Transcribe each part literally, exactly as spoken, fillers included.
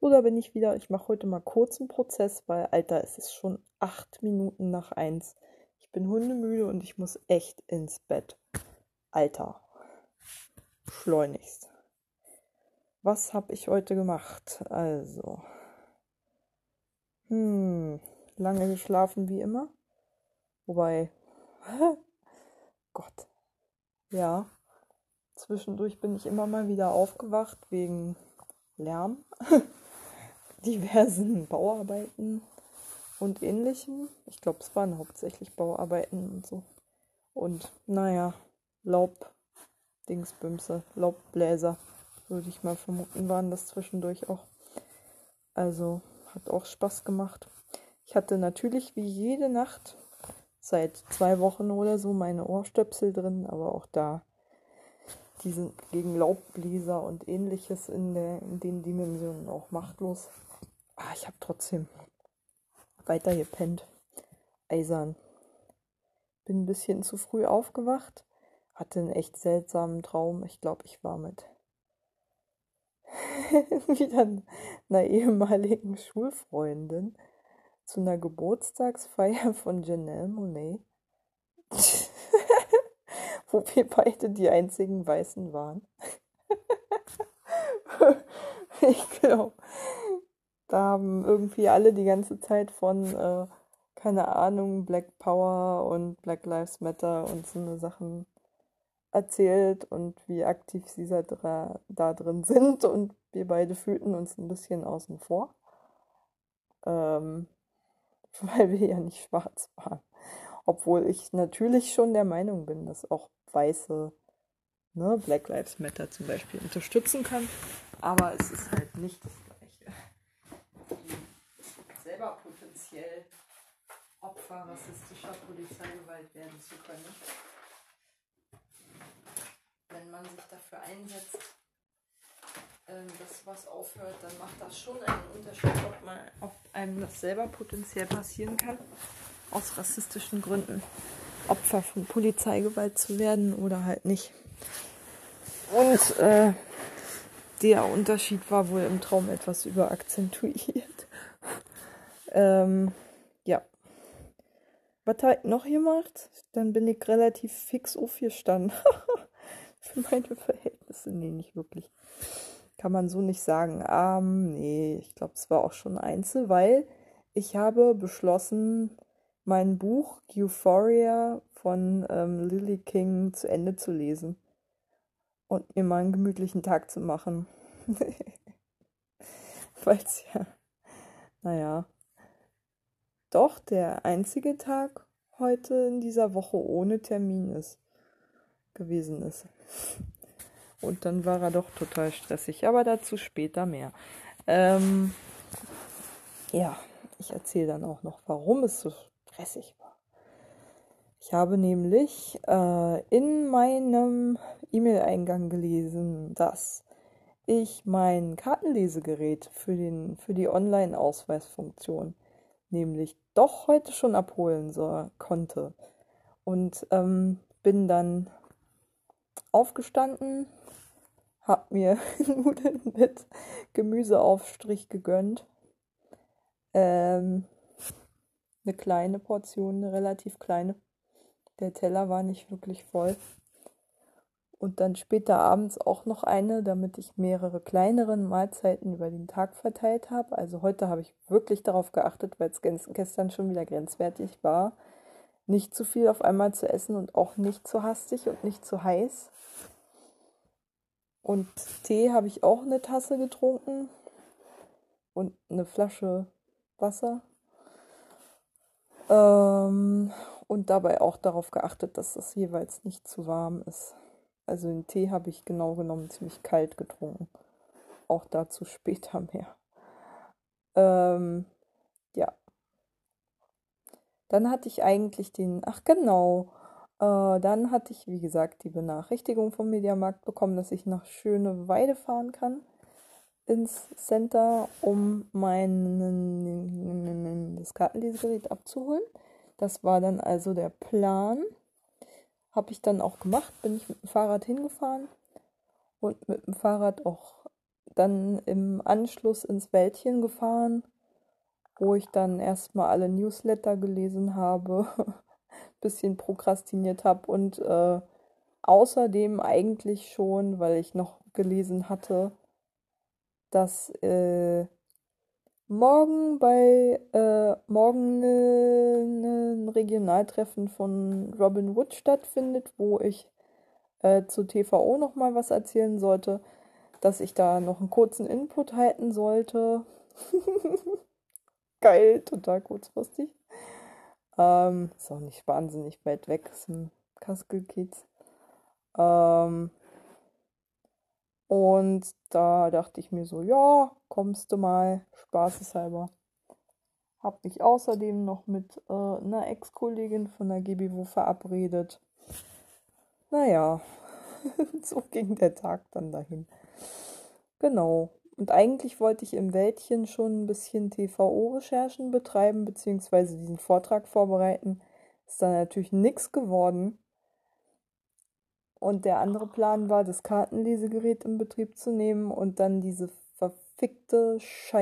So, da bin ich wieder. Ich mache heute mal kurz einen Prozess, weil, Alter, es ist schon acht Minuten nach eins. Ich bin hundemüde und ich muss echt ins Bett. Alter, schleunigst. Was habe ich heute gemacht? Also, hm, lange geschlafen wie immer. Wobei, Gott, ja, zwischendurch bin ich immer mal wieder aufgewacht wegen Lärm, diversen Bauarbeiten und ähnlichem. Ich glaube, es waren hauptsächlich Bauarbeiten und so. Und naja, Laubdingsbümse, Laubbläser, würde ich mal vermuten, waren das zwischendurch auch. Also hat auch Spaß gemacht. Ich hatte natürlich wie jede Nacht seit zwei Wochen oder so meine Ohrstöpsel drin, aber auch da, die sind gegen Laubbläser und ähnliches in, der, in den Dimensionen auch machtlos. Ah, ich habe trotzdem weiter gepennt. Eisern. Bin ein bisschen zu früh aufgewacht. Hatte einen echt seltsamen Traum. Ich glaube, ich war mit wieder einer ehemaligen Schulfreundin zu einer Geburtstagsfeier von Janelle Monáe, wo wir beide die einzigen Weißen waren. Ich glaube, da haben irgendwie alle die ganze Zeit von, äh, keine Ahnung, Black Power und Black Lives Matter und so eine Sachen erzählt und wie aktiv sie da, dra- da drin sind, und wir beide fühlten uns ein bisschen außen vor, ähm, weil wir ja nicht schwarz waren. Obwohl ich natürlich schon der Meinung bin, dass auch Weiße, ne, Black Lives Matter zum Beispiel unterstützen kann, aber es ist halt nicht das Gleiche. Selber potenziell Opfer rassistischer Polizeigewalt werden zu können. Wenn man sich dafür einsetzt, dass was aufhört, dann macht das schon einen Unterschied, ob, man, ob einem das selber potenziell passieren kann, aus rassistischen Gründen Opfer von Polizeigewalt zu werden oder halt nicht. Und äh, der Unterschied war wohl im Traum etwas überakzentuiert. ähm, ja. Was habe ich noch gemacht? Dann bin ich relativ fix aufgestanden. Für meine Verhältnisse, nee, nicht wirklich. Kann man so nicht sagen. Ähm, nee, ich glaube, es war auch schon Einzel, weil ich habe beschlossen, mein Buch Euphoria von ähm, Lily King zu Ende zu lesen und mir mal einen gemütlichen Tag zu machen. Weil es ja, naja, doch der einzige Tag heute in dieser Woche ohne Termin ist, gewesen ist. Und dann war er doch total stressig, aber dazu später mehr. Ähm, ja, ich erzähle dann auch noch, warum es so stressig war. Ich habe nämlich äh, in meinem E-Mail-Eingang gelesen, dass ich mein Kartenlesegerät für, den, für die Online-Ausweisfunktion nämlich doch heute schon abholen so, konnte. Und ähm, bin dann aufgestanden, hab mir Nudeln mit Gemüseaufstrich gegönnt. Ähm, eine kleine Portion, eine relativ kleine. Der Teller war nicht wirklich voll. Und dann später abends auch noch eine, damit ich mehrere kleinere Mahlzeiten über den Tag verteilt habe. Also heute habe ich wirklich darauf geachtet, weil es gestern schon wieder grenzwertig war, nicht zu viel auf einmal zu essen und auch nicht zu hastig und nicht zu heiß. Und Tee habe ich auch eine Tasse getrunken und eine Flasche Wasser. Ähm, und dabei auch darauf geachtet, dass das jeweils nicht zu warm ist. Also den Tee habe ich genau genommen ziemlich kalt getrunken. Auch dazu später mehr. Ähm, ja. Dann hatte ich eigentlich den, ach genau, äh, dann hatte ich, wie gesagt, die Benachrichtigung vom Mediamarkt bekommen, dass ich nach Schöneweide fahren kann ins Center, um mein das Kartenlesegerät abzuholen. Das war dann also der Plan. Habe ich dann auch gemacht, bin ich mit dem Fahrrad hingefahren und mit dem Fahrrad auch dann im Anschluss ins Wäldchen gefahren, wo ich dann erstmal alle Newsletter gelesen habe, bisschen prokrastiniert habe und äh, außerdem eigentlich schon, weil ich noch gelesen hatte, dass äh, morgen bei äh, morgen ne, ein Regionaltreffen von Robin Hood stattfindet, wo ich äh, zu T V O nochmal was erzählen sollte, dass ich da noch einen kurzen Input halten sollte. Geil, total kurzfristig. Ähm, ist auch nicht wahnsinnig weit weg, ist im Kaskelkiez. Ähm, und da dachte ich mir so, ja, kommst du mal, spaßeshalber. Hab mich außerdem noch mit äh, einer Ex-Kollegin von der G B W verabredet. Naja, so ging der Tag dann dahin. Genau. Und eigentlich wollte ich im Wäldchen schon ein bisschen T V O-Recherchen betreiben, beziehungsweise diesen Vortrag vorbereiten. Ist dann natürlich nichts geworden. Und der andere Plan war, das Kartenlesegerät in Betrieb zu nehmen und dann diese verfickte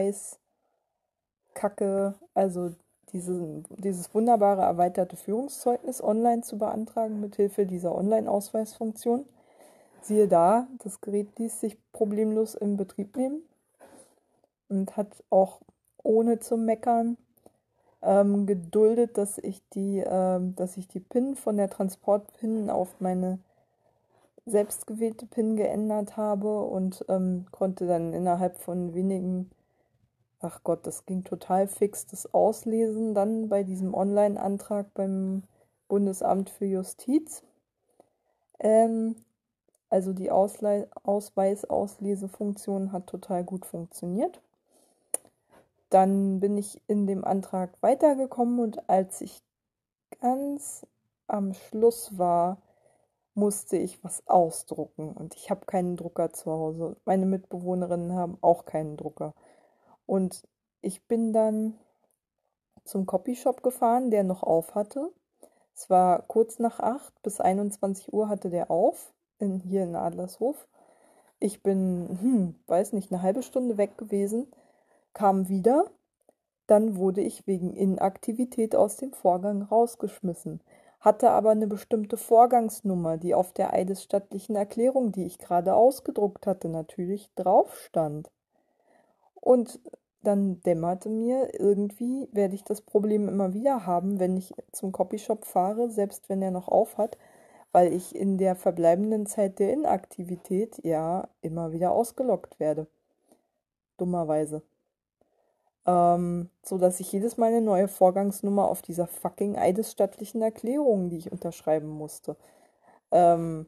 Scheiß-Kacke, also diese, dieses wunderbare erweiterte Führungszeugnis online zu beantragen, mithilfe dieser Online-Ausweisfunktion. Siehe da, das Gerät ließ sich problemlos in Betrieb nehmen und hat auch ohne zu meckern ähm, geduldet, dass ich die, ähm, dass ich die PIN von der Transport-PIN auf meine selbstgewählte PIN geändert habe und ähm, konnte dann innerhalb von wenigen, ach Gott, das ging total fix, das Auslesen dann bei diesem Online-Antrag beim Bundesamt für Justiz. Ähm, also die Ausle- Ausweisaulesefunktion hat total gut funktioniert. Dann bin ich in dem Antrag weitergekommen und als ich ganz am Schluss war, musste ich was ausdrucken und ich habe keinen Drucker zu Hause. Meine Mitbewohnerinnen haben auch keinen Drucker. Und ich bin dann zum Copyshop gefahren, der noch auf hatte. Es war kurz nach acht, bis einundzwanzig Uhr hatte der auf, in, hier in Adlershof. Ich bin, hm, weiß nicht, eine halbe Stunde weg gewesen, kam wieder. Dann wurde ich wegen Inaktivität aus dem Vorgang rausgeschmissen, hatte aber eine bestimmte Vorgangsnummer, die auf der eidesstattlichen Erklärung, die ich gerade ausgedruckt hatte, natürlich drauf stand. Und dann dämmerte mir, irgendwie werde ich das Problem immer wieder haben, wenn ich zum Copyshop fahre, selbst wenn er noch auf hat, weil ich in der verbleibenden Zeit der Inaktivität ja immer wieder ausgeloggt werde. Dummerweise. Ähm, so dass ich jedes Mal eine neue Vorgangsnummer auf dieser fucking eidesstattlichen Erklärung, die ich unterschreiben musste, ähm,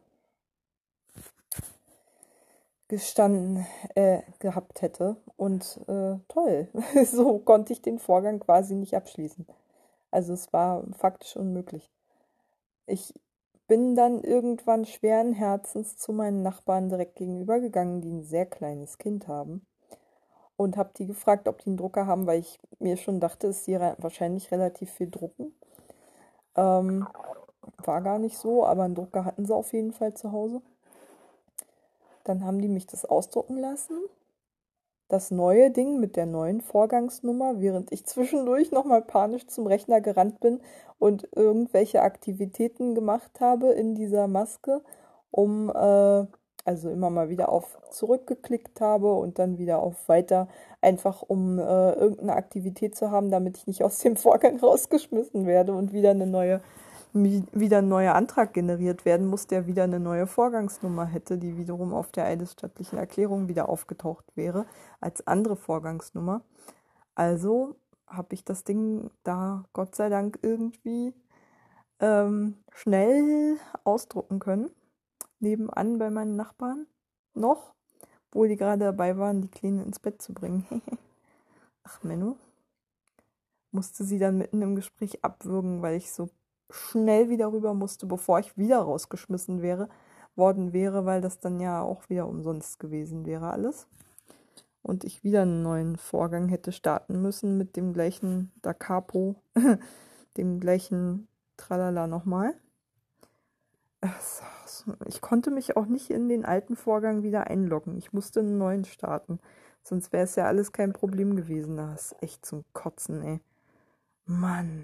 gestanden äh, gehabt hätte. Und äh, toll, so konnte ich den Vorgang quasi nicht abschließen. Also es war faktisch unmöglich. Ich bin dann irgendwann schweren Herzens zu meinen Nachbarn direkt gegenüber gegangen, die ein sehr kleines Kind haben. Und habe die gefragt, ob die einen Drucker haben, weil ich mir schon dachte, dass sie re- wahrscheinlich relativ viel drucken. Ähm, war gar nicht so, aber einen Drucker hatten sie auf jeden Fall zu Hause. Dann haben die mich das ausdrucken lassen. Das neue Ding mit der neuen Vorgangsnummer, während ich zwischendurch nochmal panisch zum Rechner gerannt bin und irgendwelche Aktivitäten gemacht habe in dieser Maske, um äh, also immer mal wieder auf zurückgeklickt habe und dann wieder auf weiter, einfach um äh, irgendeine Aktivität zu haben, damit ich nicht aus dem Vorgang rausgeschmissen werde und wieder eine neue, wieder ein neuer Antrag generiert werden muss, der wieder eine neue Vorgangsnummer hätte, die wiederum auf der eidesstattlichen Erklärung wieder aufgetaucht wäre als andere Vorgangsnummer. Also habe ich das Ding da Gott sei Dank irgendwie ähm, schnell ausdrucken können. Nebenan bei meinen Nachbarn noch, wo die gerade dabei waren, die Kleine ins Bett zu bringen. Ach, Menno. Musste sie dann mitten im Gespräch abwürgen, weil ich so schnell wieder rüber musste, bevor ich wieder rausgeschmissen wäre, worden wäre, weil das dann ja auch wieder umsonst gewesen wäre alles. Und ich wieder einen neuen Vorgang hätte starten müssen mit dem gleichen Da Capo, dem gleichen Tralala nochmal. Ich konnte mich auch nicht in den alten Vorgang wieder einloggen. Ich musste einen neuen starten. Sonst wäre es ja alles kein Problem gewesen. Das ist echt zum Kotzen, ey. Mann.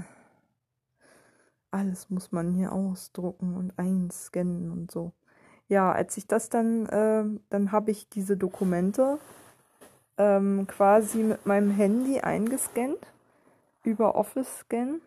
Alles muss man hier ausdrucken und einscannen und so. Ja, als ich das dann, äh, dann habe ich diese Dokumente ähm, quasi mit meinem Handy eingescannt. Über Office Scan.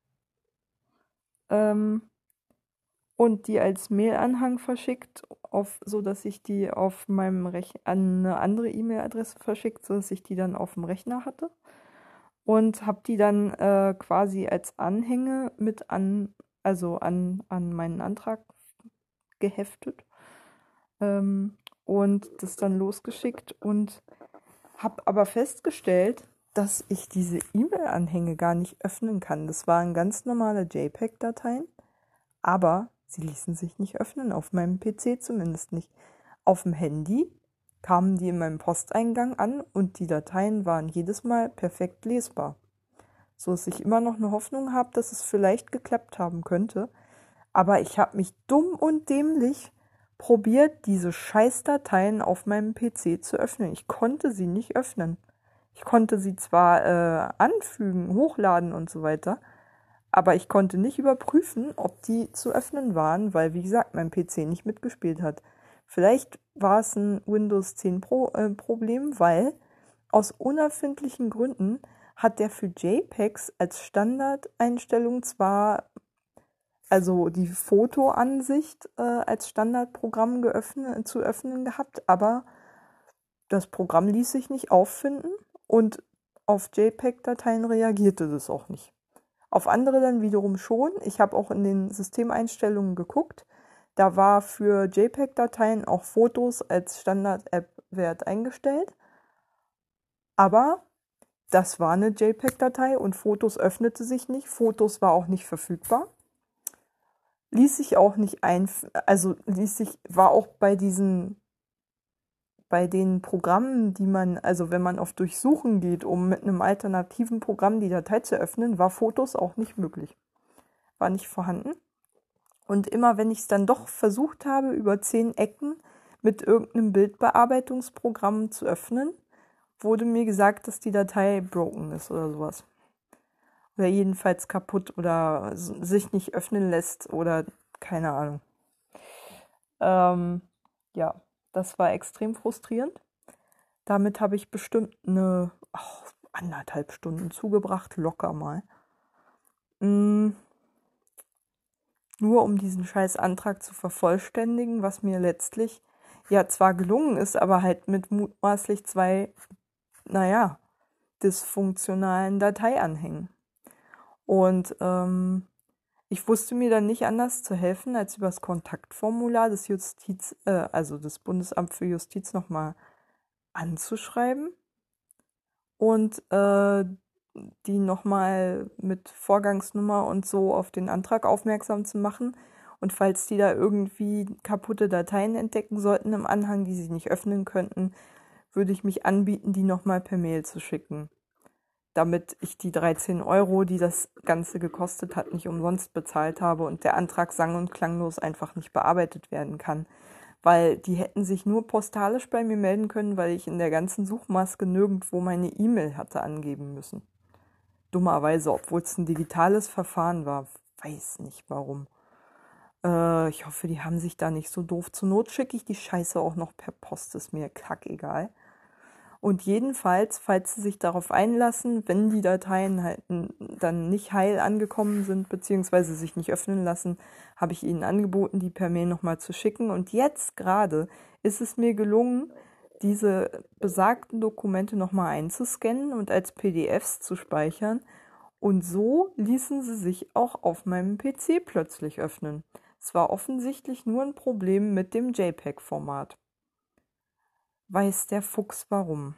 Ähm, und die als Mailanhang verschickt, auf, so dass ich die auf meinem Rechner an eine andere E-Mail-Adresse verschickt, so dass ich die dann auf dem Rechner hatte und habe die dann äh, quasi als Anhänge mit an, also an, an meinen Antrag geheftet ähm, und das dann losgeschickt und habe aber festgestellt, dass ich diese E-Mail-Anhänge gar nicht öffnen kann. Das waren ganz normale JPEG-Dateien, aber sie ließen sich nicht öffnen, auf meinem P C zumindest nicht. Auf dem Handy kamen die in meinem Posteingang an und die Dateien waren jedes Mal perfekt lesbar. So dass ich immer noch eine Hoffnung habe, dass es vielleicht geklappt haben könnte. Aber ich habe mich dumm und dämlich probiert, diese Scheißdateien auf meinem P C zu öffnen. Ich konnte sie nicht öffnen. Ich konnte sie zwar äh, anfügen, hochladen und so weiter, aber ich konnte nicht überprüfen, ob die zu öffnen waren, weil, wie gesagt, mein P C nicht mitgespielt hat. Vielleicht war es ein Windows zehn Pro äh, Problem, weil aus unerfindlichen Gründen hat der für JPEGs als Standardeinstellung zwar also die Fotoansicht äh, als Standardprogramm geöffnet, zu öffnen gehabt, aber das Programm ließ sich nicht auffinden und auf JPEG-Dateien reagierte das auch nicht. Auf andere dann wiederum schon. Ich habe auch in den Systemeinstellungen geguckt. Da war für JPEG-Dateien auch Fotos als Standard-App-Wert eingestellt. Aber das war eine JPEG-Datei und Fotos öffnete sich nicht. Fotos war auch nicht verfügbar. Ließ sich auch nicht ein, also ließ sich, war auch bei diesen, bei den Programmen, die man, also wenn man auf Durchsuchen geht, um mit einem alternativen Programm die Datei zu öffnen, war Fotos auch nicht möglich. War nicht vorhanden. Und immer wenn ich es dann doch versucht habe, über zehn Ecken mit irgendeinem Bildbearbeitungsprogramm zu öffnen, wurde mir gesagt, dass die Datei broken ist oder sowas. Oder jedenfalls kaputt oder sich nicht öffnen lässt oder keine Ahnung. Ähm, ja, das war extrem frustrierend. Damit habe ich bestimmt eine oh, anderthalb Stunden zugebracht, locker mal. Mhm. Nur um diesen scheiß Antrag zu vervollständigen, was mir letztlich ja zwar gelungen ist, aber halt mit mutmaßlich zwei, naja, dysfunktionalen Dateianhängen. Und ähm, ich wusste mir dann nicht anders zu helfen, als über das Kontaktformular des Justiz, äh, also des Bundesamt für Justiz nochmal anzuschreiben und äh, die nochmal mit Vorgangsnummer und so auf den Antrag aufmerksam zu machen. Und falls die da irgendwie kaputte Dateien entdecken sollten im Anhang, die sie nicht öffnen könnten, würde ich mich anbieten, die nochmal per Mail zu schicken. Damit ich die dreizehn Euro, die das Ganze gekostet hat, nicht umsonst bezahlt habe und der Antrag sang- und klanglos einfach nicht bearbeitet werden kann. Weil die hätten sich nur postalisch bei mir melden können, weil ich in der ganzen Suchmaske nirgendwo meine E-Mail hatte angeben müssen. Dummerweise, obwohl es ein digitales Verfahren war. Weiß nicht warum. Äh, ich hoffe, die haben sich da nicht so doof. Zur Not schicke ich die Scheiße auch noch per Post, ist mir kackegal. Und jedenfalls, falls Sie sich darauf einlassen, wenn die Dateien halt dann nicht heil angekommen sind, beziehungsweise sich nicht öffnen lassen, habe ich Ihnen angeboten, die per Mail nochmal zu schicken. Und jetzt gerade ist es mir gelungen, diese besagten Dokumente nochmal einzuscannen und als P D Fs zu speichern. Und so ließen sie sich auch auf meinem P C plötzlich öffnen. Es war offensichtlich nur ein Problem mit dem JPEG-Format. Weiß der Fuchs warum.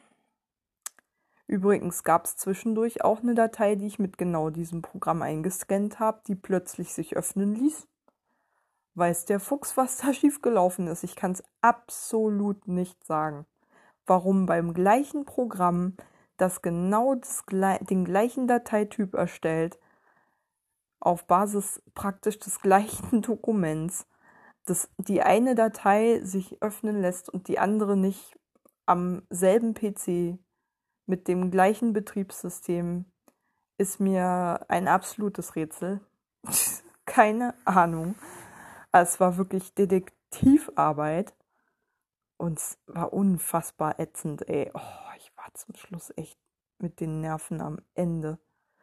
Übrigens gab es zwischendurch auch eine Datei, die ich mit genau diesem Programm eingescannt habe, die plötzlich sich öffnen ließ. Weiß der Fuchs, was da schiefgelaufen ist? Ich kann es absolut nicht sagen. Warum beim gleichen Programm, das genau das, den gleichen Dateityp erstellt, auf Basis praktisch des gleichen Dokuments, dass die eine Datei sich öffnen lässt und die andere nicht, am selben P C mit dem gleichen Betriebssystem, ist mir ein absolutes Rätsel. Keine Ahnung. Es war wirklich Detektivarbeit und es war unfassbar ätzend, ey. Oh, ich war zum Schluss echt mit den Nerven am Ende.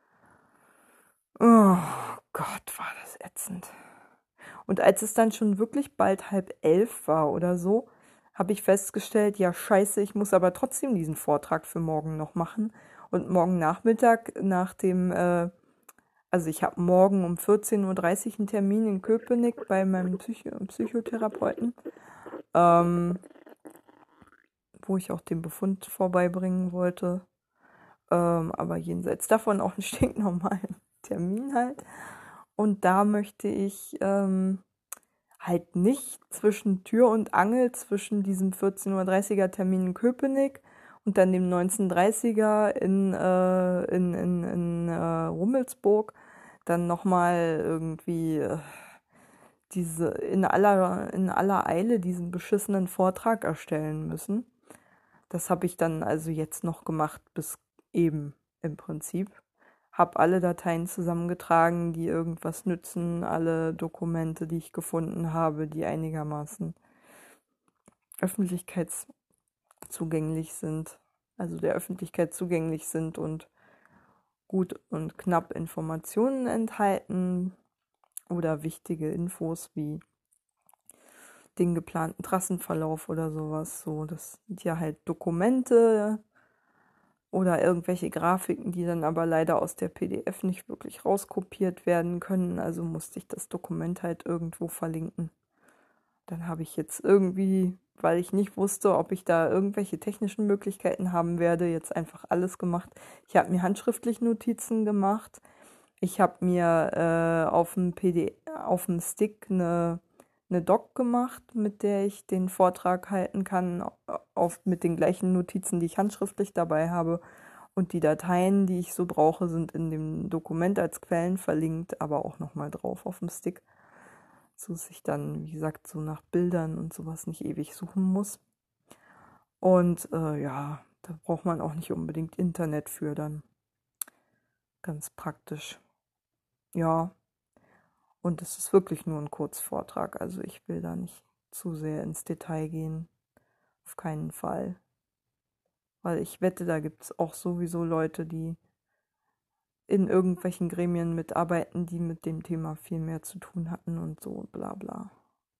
Oh Gott, war das ätzend. Und als es dann schon wirklich bald halb elf war oder so, habe ich festgestellt, ja scheiße, ich muss aber trotzdem diesen Vortrag für morgen noch machen. Und morgen Nachmittag nach dem, äh, also ich habe morgen um vierzehn Uhr dreißig einen Termin in Köpenick bei meinem Psycho Psychotherapeuten, ähm, wo ich auch den Befund vorbeibringen wollte. Ähm, aber jenseits davon auch einen stinknormalen Termin halt. Und da möchte ich ähm, halt nicht zwischen Tür und Angel, zwischen diesem vierzehn Uhr dreißiger Termin in Köpenick und dann dem neunzehn Uhr dreißiger in, äh, in, in, in äh, Rummelsburg, dann nochmal irgendwie äh, diese in aller, in aller Eile diesen beschissenen Vortrag erstellen müssen. Das habe ich dann also jetzt noch gemacht, bis eben im Prinzip. Habe alle Dateien zusammengetragen, die irgendwas nützen, alle Dokumente, die ich gefunden habe, die einigermaßen öffentlichkeitszugänglich sind, also der Öffentlichkeit zugänglich sind und gut und knapp Informationen enthalten oder wichtige Infos wie den geplanten Trassenverlauf oder sowas. So, das sind ja halt Dokumente oder irgendwelche Grafiken, die dann aber leider aus der P D F nicht wirklich rauskopiert werden können. Also musste ich das Dokument halt irgendwo verlinken. Dann habe ich jetzt irgendwie, weil ich nicht wusste, ob ich da irgendwelche technischen Möglichkeiten haben werde, jetzt einfach alles gemacht. Ich habe mir handschriftlich Notizen gemacht. Ich habe mir äh, auf dem P D F, auf dem Stick eine, eine Doc gemacht, mit der ich den Vortrag halten kann, auf, mit den gleichen Notizen, die ich handschriftlich dabei habe. Und die Dateien, die ich so brauche, sind in dem Dokument als Quellen verlinkt, aber auch nochmal drauf auf dem Stick, so dass ich dann, wie gesagt, so nach Bildern und sowas nicht ewig suchen muss. Und äh, ja, da braucht man auch nicht unbedingt Internet für dann. Ganz praktisch. Ja, und es ist wirklich nur ein Kurzvortrag, also ich will da nicht zu sehr ins Detail gehen. Auf keinen Fall. Weil ich wette, da gibt es auch sowieso Leute, die in irgendwelchen Gremien mitarbeiten, die mit dem Thema viel mehr zu tun hatten und so, bla bla.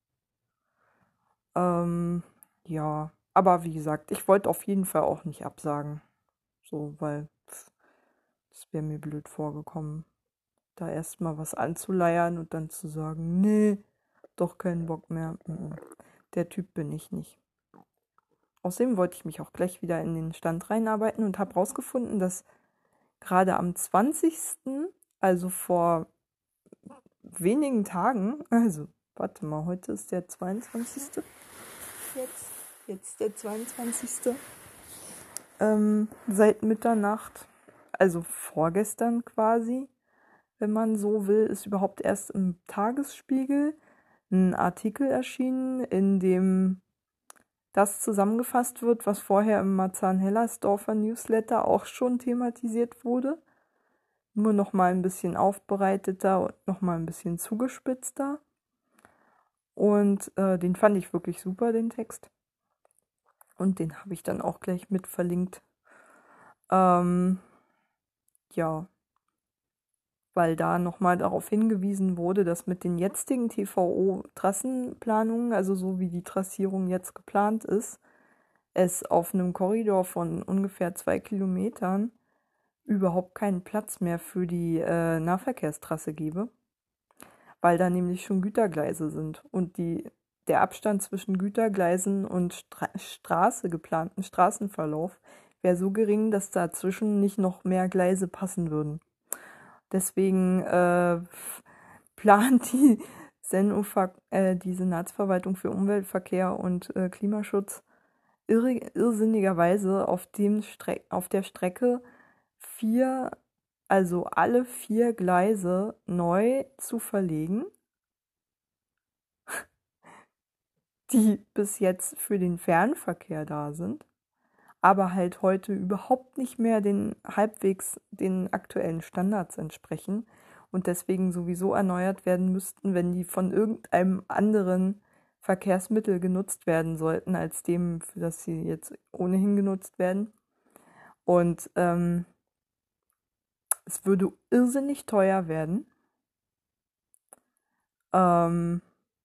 Ähm, ja, aber wie gesagt, ich wollte auf jeden Fall auch nicht absagen. So, weil pff, das wäre mir blöd vorgekommen, da erstmal was anzuleiern und dann zu sagen, nee, doch keinen Bock mehr. Der Typ bin ich nicht. Außerdem wollte ich mich auch gleich wieder in den Stand reinarbeiten und habe rausgefunden, dass gerade am zwanzigsten, also vor wenigen Tagen, also warte mal, heute ist der zweiundzwanzigste Jetzt, jetzt der zweiundzwanzigste Ähm, seit Mitternacht, also vorgestern quasi, wenn man so will, ist überhaupt erst im Tagesspiegel ein Artikel erschienen, in dem das zusammengefasst wird, was vorher im Marzahn-Hellersdorfer Newsletter auch schon thematisiert wurde. Nur noch mal ein bisschen aufbereiteter und noch mal ein bisschen zugespitzter. Und äh, den fand ich wirklich super, den Text. Und den habe ich dann auch gleich mit verlinkt. Ähm, ja, weil da nochmal darauf hingewiesen wurde, dass mit den jetzigen T V O-Trassenplanungen, also so wie die Trassierung jetzt geplant ist, es auf einem Korridor von ungefähr zwei Kilometern überhaupt keinen Platz mehr für die äh, Nahverkehrstrasse gäbe, weil da nämlich schon Gütergleise sind und die, der Abstand zwischen Gütergleisen und Stra Straße, geplanten Straßenverlauf, wäre so gering, dass dazwischen nicht noch mehr Gleise passen würden. Deswegen äh, plant die Senufer, äh, die Senatsverwaltung für Umweltverkehr und äh, Klimaschutz irr irrsinnigerweise auf, dem Stre auf der Strecke vier also alle vier Gleise neu zu verlegen, die bis jetzt für den Fernverkehr da sind, aber halt heute überhaupt nicht mehr den halbwegs den aktuellen Standards entsprechen und deswegen sowieso erneuert werden müssten, wenn die von irgendeinem anderen Verkehrsmittel genutzt werden sollten, als dem, für das sie jetzt ohnehin genutzt werden. Und ähm, es würde irrsinnig teuer werden. Ähm,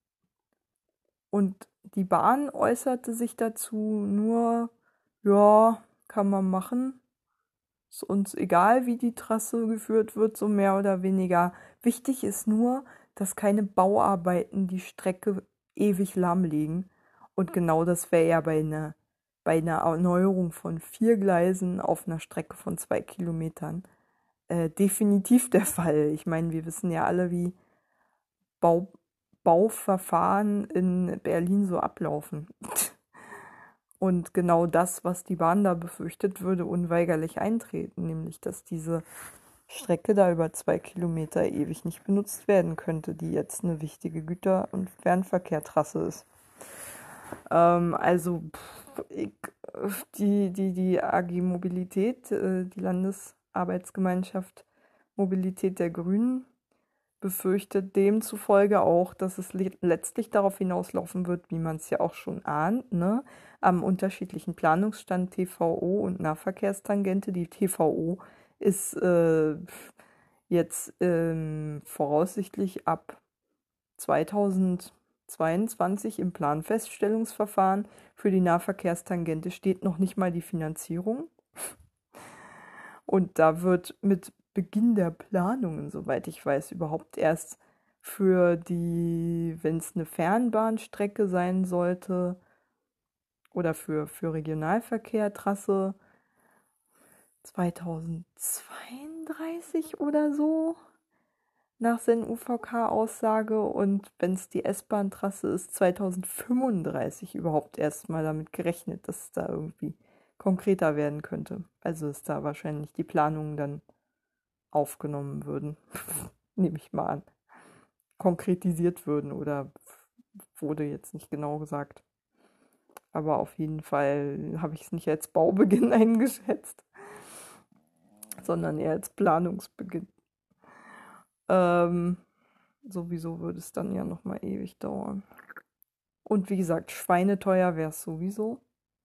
und die Bahn äußerte sich dazu nur, ja, kann man machen. Ist uns egal, wie die Trasse geführt wird, so mehr oder weniger. Wichtig ist nur, dass keine Bauarbeiten die Strecke ewig lahmlegen. Und genau das wäre ja bei einer, bei einer Erneuerung von vier Gleisen auf einer Strecke von zwei Kilometern äh, definitiv der Fall. Ich meine, wir wissen ja alle, wie Bau, Bauverfahren in Berlin so ablaufen. Und genau das, was die Bahn da befürchtet, würde unweigerlich eintreten, nämlich dass diese Strecke da über zwei Kilometer ewig nicht benutzt werden könnte, die jetzt eine wichtige Güter- und Fernverkehrstrasse ist. Ähm, also pff, ich, die, die, die A G Mobilität, äh, die Landesarbeitsgemeinschaft Mobilität der Grünen, befürchtet demzufolge auch, dass es le letztlich darauf hinauslaufen wird, wie man es ja auch schon ahnt, ne? Am unterschiedlichen Planungsstand T V O und Nahverkehrstangente. Die T V O ist äh, jetzt ähm, voraussichtlich ab zweitausendzweiundzwanzig im Planfeststellungsverfahren. Für die Nahverkehrstangente steht noch nicht mal die Finanzierung. Und da wird mit Beginn der Planungen, soweit ich weiß, überhaupt erst für die, wenn es eine Fernbahnstrecke sein sollte oder für, für Regionalverkehrtrasse zweitausendzweiunddreißig oder so nach seiner U V K-Aussage, und wenn es die S-Bahn-Trasse ist, zweitausendfünfunddreißig überhaupt erst mal damit gerechnet, dass es da irgendwie konkreter werden könnte. Also ist da wahrscheinlich die Planungen dann aufgenommen würden, nehme ich mal an. Konkretisiert würden oder wurde jetzt nicht genau gesagt. Aber auf jeden Fall habe ich es nicht als Baubeginn eingeschätzt, sondern eher als Planungsbeginn. Ähm, sowieso würde es dann ja nochmal ewig dauern. Und wie gesagt, schweineteuer wäre es sowieso.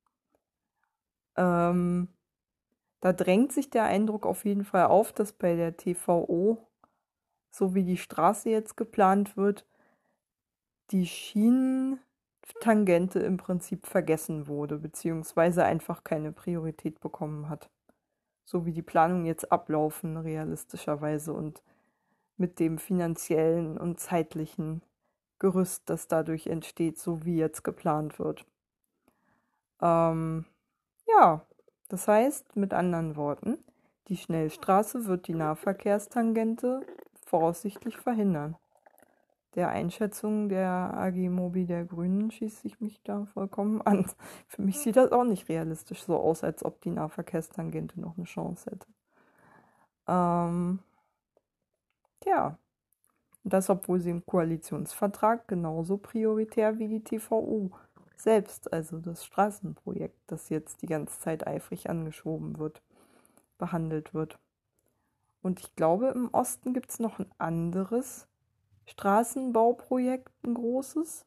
Ähm, da drängt sich der Eindruck auf jeden Fall auf, dass bei der T V O, so wie die Straße jetzt geplant wird, die Schienentangente im Prinzip vergessen wurde, beziehungsweise einfach keine Priorität bekommen hat. So wie die Planungen jetzt ablaufen, realistischerweise, und mit dem finanziellen und zeitlichen Gerüst, das dadurch entsteht, so wie jetzt geplant wird. Ähm, ja, das heißt, mit anderen Worten, die Schnellstraße wird die Nahverkehrstangente voraussichtlich verhindern. Der Einschätzung der A G Mobi der Grünen schließe ich mich da vollkommen an. Für mich sieht das auch nicht realistisch so aus, als ob die Nahverkehrstangente noch eine Chance hätte. Ähm, ja, das, obwohl sie im Koalitionsvertrag genauso prioritär wie die T V O selbst, also das Straßenprojekt, das jetzt die ganze Zeit eifrig angeschoben wird, behandelt wird. Und ich glaube, im Osten gibt es noch ein anderes Straßenbauprojekt, ein großes,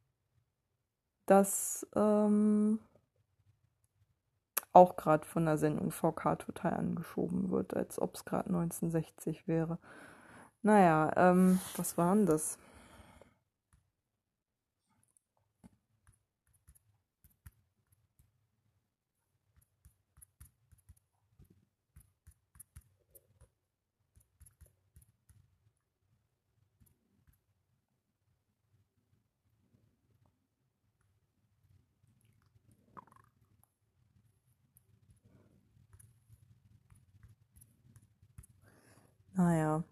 das ähm, auch gerade von der Sendung V K total angeschoben wird, als ob es gerade neunzehnhundertsechzig wäre. Naja, ähm, was war denn das? Naja.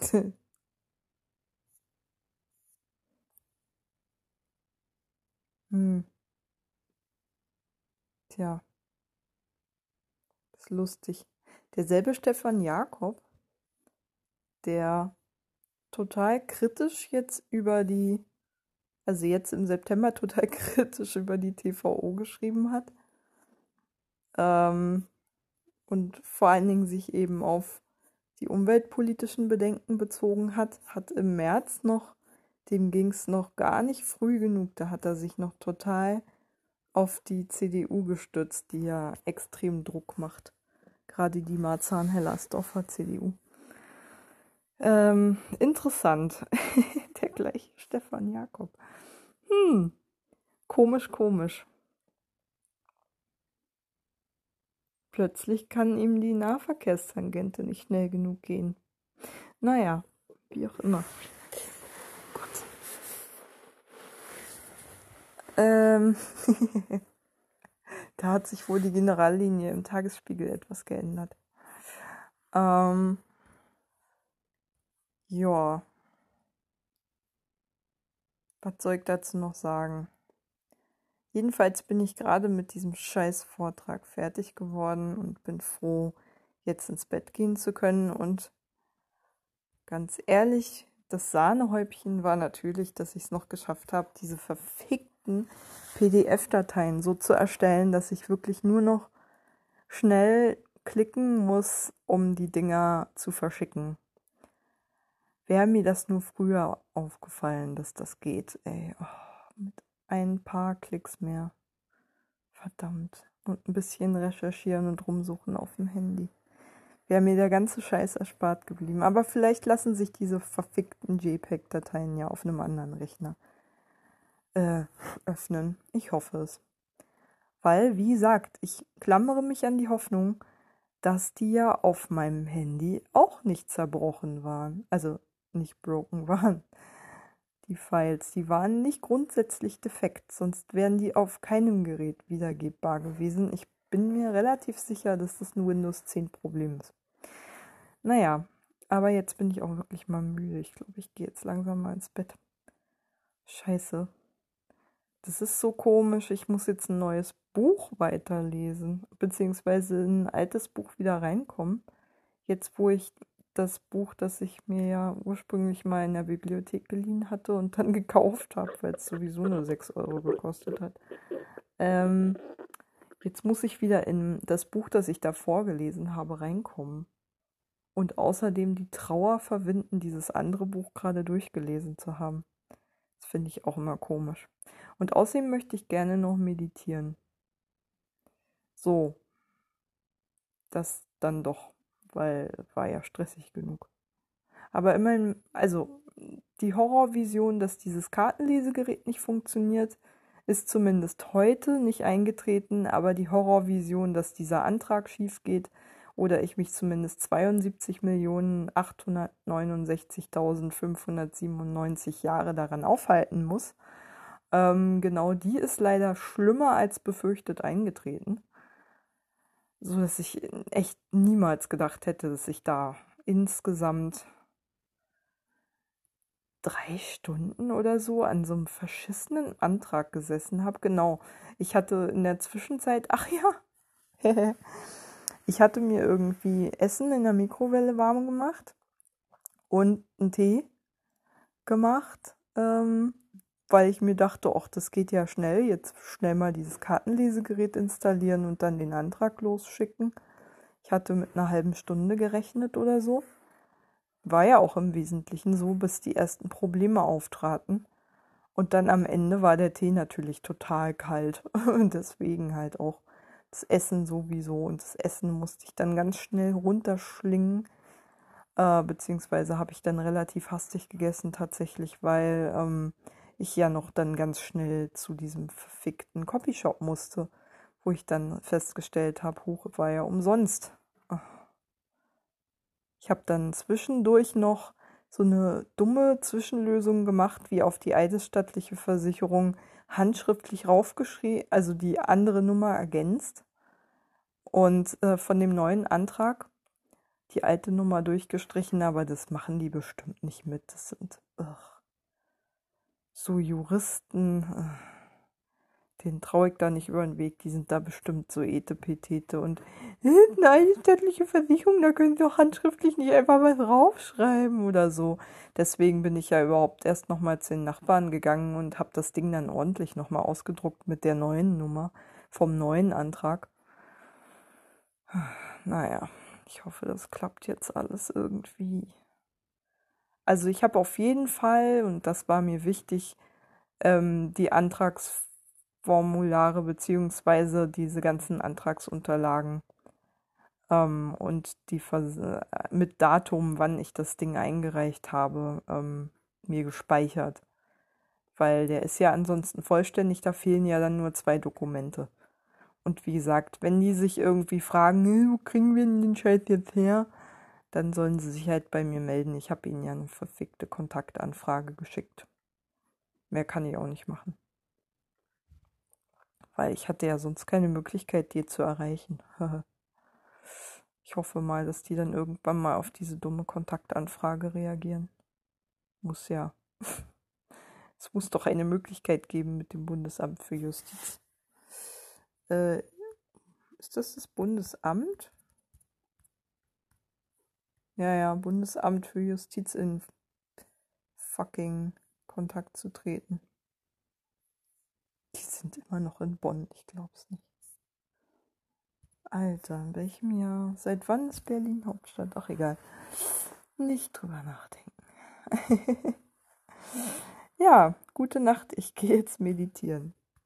Hm, tja, ist lustig. Derselbe Stefan Jakob, der total kritisch jetzt über die, also jetzt im September total kritisch über die T V O geschrieben hat. Ähm, und vor allen Dingen sich eben auf die umweltpolitischen Bedenken bezogen hat, hat im März noch, dem ging es noch gar nicht früh genug, da hat er sich noch total auf die C D U gestützt, die ja extrem Druck macht. Gerade die Marzahn-Hellersdorfer C D U. Ähm, interessant. Der gleiche Stefan Jakob. Hm, komisch, komisch. Plötzlich kann ihm die Nahverkehrstangente nicht schnell genug gehen. Naja, wie auch immer. Gott. Ähm, da hat sich wohl die Generallinie im Tagesspiegel etwas geändert. Ähm, ja. Was soll ich dazu noch sagen? Jedenfalls bin ich gerade mit diesem scheiß Vortrag fertig geworden und bin froh, jetzt ins Bett gehen zu können. Und ganz ehrlich, das Sahnehäubchen war natürlich, dass ich es noch geschafft habe, diese verfickten P D F-Dateien so zu erstellen, dass ich wirklich nur noch schnell klicken muss, um die Dinger zu verschicken. Wäre mir das nur früher aufgefallen, dass das geht, ey. Oh, mit ein paar Klicks mehr. Verdammt. Und ein bisschen recherchieren und rumsuchen auf dem Handy. Wäre mir der ganze Scheiß erspart geblieben. Aber vielleicht lassen sich diese verfickten JPEG-Dateien ja auf einem anderen Rechner äh, öffnen. Ich hoffe es. Weil, wie gesagt, ich klammere mich an die Hoffnung, dass die ja auf meinem Handy auch nicht zerbrochen waren. Also nicht broken waren. Die Files, die waren nicht grundsätzlich defekt, sonst wären die auf keinem Gerät wiedergebbar gewesen. Ich bin mir relativ sicher, dass das ein Windows zehn Problem ist. Naja, aber jetzt bin ich auch wirklich mal müde. Ich glaube, ich gehe jetzt langsam mal ins Bett. Scheiße. Das ist so komisch. Ich muss jetzt ein neues Buch weiterlesen, beziehungsweise in ein altes Buch wieder reinkommen. Jetzt, wo ich das Buch, das ich mir ja ursprünglich mal in der Bibliothek geliehen hatte und dann gekauft habe, weil es sowieso nur sechs Euro gekostet hat. Ähm, jetzt muss ich wieder in das Buch, das ich da vorgelesen habe, reinkommen. Und außerdem die Trauer verwinden, dieses andere Buch gerade durchgelesen zu haben. Das finde ich auch immer komisch. Und außerdem möchte ich gerne noch meditieren. So. Das dann doch, weil war ja stressig genug. Aber immerhin, also die Horrorvision, dass dieses Kartenlesegerät nicht funktioniert, ist zumindest heute nicht eingetreten, aber die Horrorvision, dass dieser Antrag schief geht oder ich mich zumindest zweiundsiebzig Millionen achthundertneunundsechzigtausendfünfhundertsiebenundneunzig Jahre daran aufhalten muss, ähm, genau die ist leider schlimmer als befürchtet eingetreten. So dass ich echt niemals gedacht hätte, dass ich da insgesamt drei Stunden oder so an so einem verschissenen Antrag gesessen habe. Genau, ich hatte in der Zwischenzeit, ach ja, ich hatte mir irgendwie Essen in der Mikrowelle warm gemacht und einen Tee gemacht, ähm, weil ich mir dachte, ach, das geht ja schnell, jetzt schnell mal dieses Kartenlesegerät installieren und dann den Antrag losschicken. Ich hatte mit einer halben Stunde gerechnet oder so. War ja auch im Wesentlichen so, bis die ersten Probleme auftraten. Und dann am Ende war der Tee natürlich total kalt. Und deswegen halt auch das Essen sowieso. Und das Essen musste ich dann ganz schnell runterschlingen. Äh, beziehungsweise habe ich dann relativ hastig gegessen tatsächlich, weil ähm, ich ja noch dann ganz schnell zu diesem verfickten Copyshop musste, wo ich dann festgestellt habe, Huch, war ja umsonst. Ich habe dann zwischendurch noch so eine dumme Zwischenlösung gemacht, wie auf die eidesstattliche Versicherung handschriftlich raufgeschrieben, also die andere Nummer ergänzt. Und äh, von dem neuen Antrag die alte Nummer durchgestrichen, aber das machen die bestimmt nicht mit. Das sind ugh, so Juristen, äh, denen traue ich da nicht über den Weg. Die sind da bestimmt so Etepetete und äh, eine einstaatliche Versicherung, da können sie auch handschriftlich nicht einfach was draufschreiben oder so. Deswegen bin ich ja überhaupt erst nochmal zu den Nachbarn gegangen und habe das Ding dann ordentlich nochmal ausgedruckt mit der neuen Nummer vom neuen Antrag. Naja, ich hoffe, das klappt jetzt alles irgendwie. Also ich habe auf jeden Fall, und das war mir wichtig, ähm, die Antragsformulare beziehungsweise diese ganzen Antragsunterlagen ähm, und die Vers mit Datum, wann ich das Ding eingereicht habe, ähm, mir gespeichert. Weil der ist ja ansonsten vollständig, da fehlen ja dann nur zwei Dokumente. Und wie gesagt, wenn die sich irgendwie fragen, "Hey, wo kriegen wir denn den Scheiß jetzt her?", dann sollen sie sich halt bei mir melden. Ich habe ihnen ja eine verfickte Kontaktanfrage geschickt. Mehr kann ich auch nicht machen. Weil ich hatte ja sonst keine Möglichkeit, die zu erreichen. Ich hoffe mal, dass die dann irgendwann mal auf diese dumme Kontaktanfrage reagieren. Muss ja. Es muss doch eine Möglichkeit geben mit dem Bundesamt für Justiz. Äh, ist das das Bundesamt? Ja, ja, Bundesamt für Justiz in fucking Kontakt zu treten. Die sind immer noch in Bonn, ich glaub's nicht. Alter, in welchem Jahr? Seit wann ist Berlin Hauptstadt? Ach, egal. Nicht drüber nachdenken. Ja, gute Nacht, ich gehe jetzt meditieren.